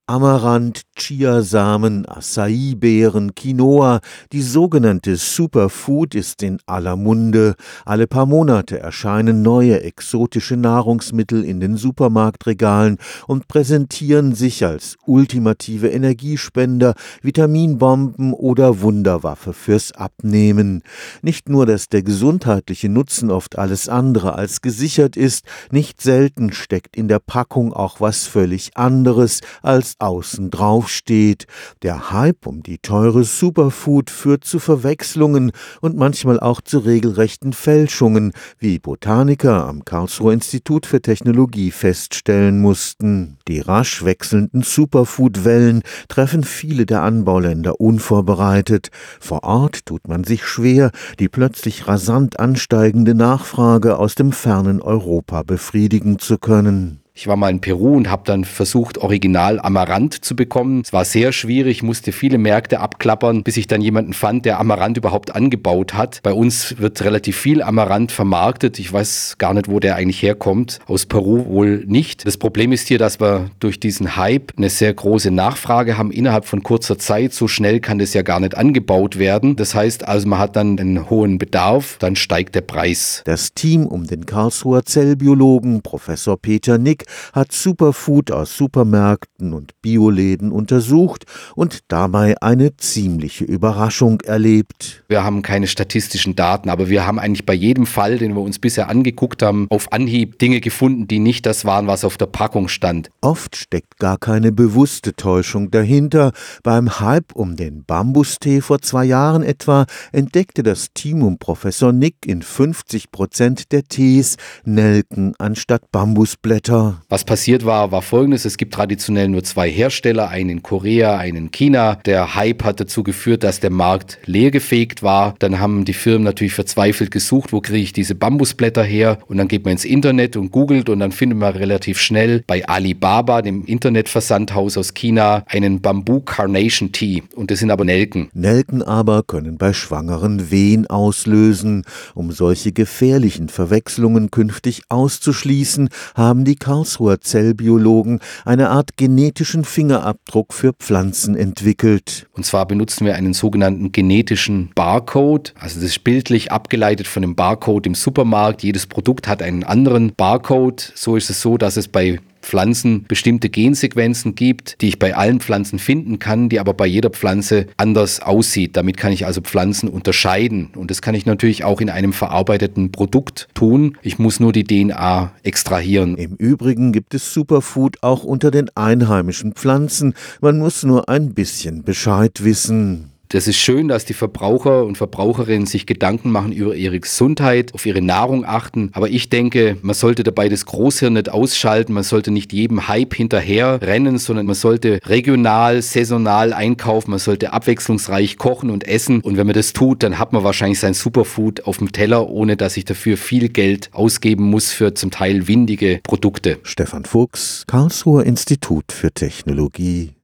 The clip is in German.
Amaranth, Chiasamen, Acai-Beeren, Quinoa, die sogenannte Superfood ist in aller Munde. Alle paar Monate erscheinen neue exotische Nahrungsmittel in den Supermarktregalen und präsentieren sich als ultimative Energiespender, Vitaminbomben oder Wunderwaffe fürs Abnehmen. Nicht nur, dass der gesundheitliche Nutzen oft alles andere als gesichert ist, nicht selten steckt in der Packung auch was völlig anderes, als außen drauf steht. Der Hype um die teure Superfood führt zu Verwechslungen und manchmal auch zu regelrechten Fälschungen, wie Botaniker am Karlsruher Institut für Technologie feststellen mussten. Die rasch wechselnden Superfood-Wellen treffen viele der Anbauländer unvorbereitet. Vor Ort tut man sich schwer, die plötzlich rasant ansteigende Nachfrage aus dem fernen Europa befriedigen zu können. Ich war mal in Peru und habe dann versucht, Original Amaranth zu bekommen. Es war sehr schwierig, musste viele Märkte abklappern, bis ich dann jemanden fand, der Amaranth überhaupt angebaut hat. Bei uns wird relativ viel Amaranth vermarktet. Ich weiß gar nicht, wo der eigentlich herkommt. Aus Peru wohl nicht. Das Problem ist hier, dass wir durch diesen Hype eine sehr große Nachfrage haben innerhalb von kurzer Zeit. So schnell kann das ja gar nicht angebaut werden. Das heißt also, man hat dann einen hohen Bedarf, dann steigt der Preis. Das Team um den Karlsruher Zellbiologen Professor Peter Nick hat Superfood aus Supermärkten und Bioläden untersucht und dabei eine ziemliche Überraschung erlebt. Wir haben keine statistischen Daten, aber wir haben eigentlich bei jedem Fall, den wir uns bisher angeguckt haben, auf Anhieb Dinge gefunden, die nicht das waren, was auf der Packung stand. Oft steckt gar keine bewusste Täuschung dahinter. Beim Hype um den Bambustee vor 2 Jahren etwa entdeckte das Team um Professor Nick in 50% der Tees Nelken anstatt Bambusblätter. Was passiert war Folgendes: Es gibt traditionell nur 2 Hersteller, einen in Korea, einen in China. Der Hype hat dazu geführt, dass der Markt leergefegt war. Dann haben die Firmen natürlich verzweifelt gesucht, wo kriege ich diese Bambusblätter her? Und dann geht man ins Internet und googelt und dann findet man relativ schnell bei Alibaba, dem Internetversandhaus aus China, einen Bamboo Carnation Tea. Und das sind aber Nelken. Nelken aber können bei Schwangeren Wehen auslösen. Um solche gefährlichen Verwechslungen künftig auszuschließen, haben die Karlsruher Zellbiologen eine Art genetischen Fingerabdruck für Pflanzen entwickelt. Und zwar benutzen wir einen sogenannten genetischen Barcode. Also das ist bildlich abgeleitet von dem Barcode im Supermarkt. Jedes Produkt hat einen anderen Barcode. So ist es so, dass es bei Pflanzen bestimmte Gensequenzen gibt, die ich bei allen Pflanzen finden kann, die aber bei jeder Pflanze anders aussieht. Damit kann ich also Pflanzen unterscheiden. Und das kann ich natürlich auch in einem verarbeiteten Produkt tun. Ich muss nur die DNA extrahieren. Im Übrigen gibt es Superfood auch unter den einheimischen Pflanzen. Man muss nur ein bisschen Bescheid wissen. Das ist schön, dass die Verbraucher und Verbraucherinnen sich Gedanken machen über ihre Gesundheit, auf ihre Nahrung achten. Aber ich denke, man sollte dabei das Großhirn nicht ausschalten. Man sollte nicht jedem Hype hinterher rennen, sondern man sollte regional, saisonal einkaufen. Man sollte abwechslungsreich kochen und essen. Und wenn man das tut, dann hat man wahrscheinlich sein Superfood auf dem Teller, ohne dass ich dafür viel Geld ausgeben muss für zum Teil windige Produkte. Stefan Fuchs, Karlsruher Institut für Technologie.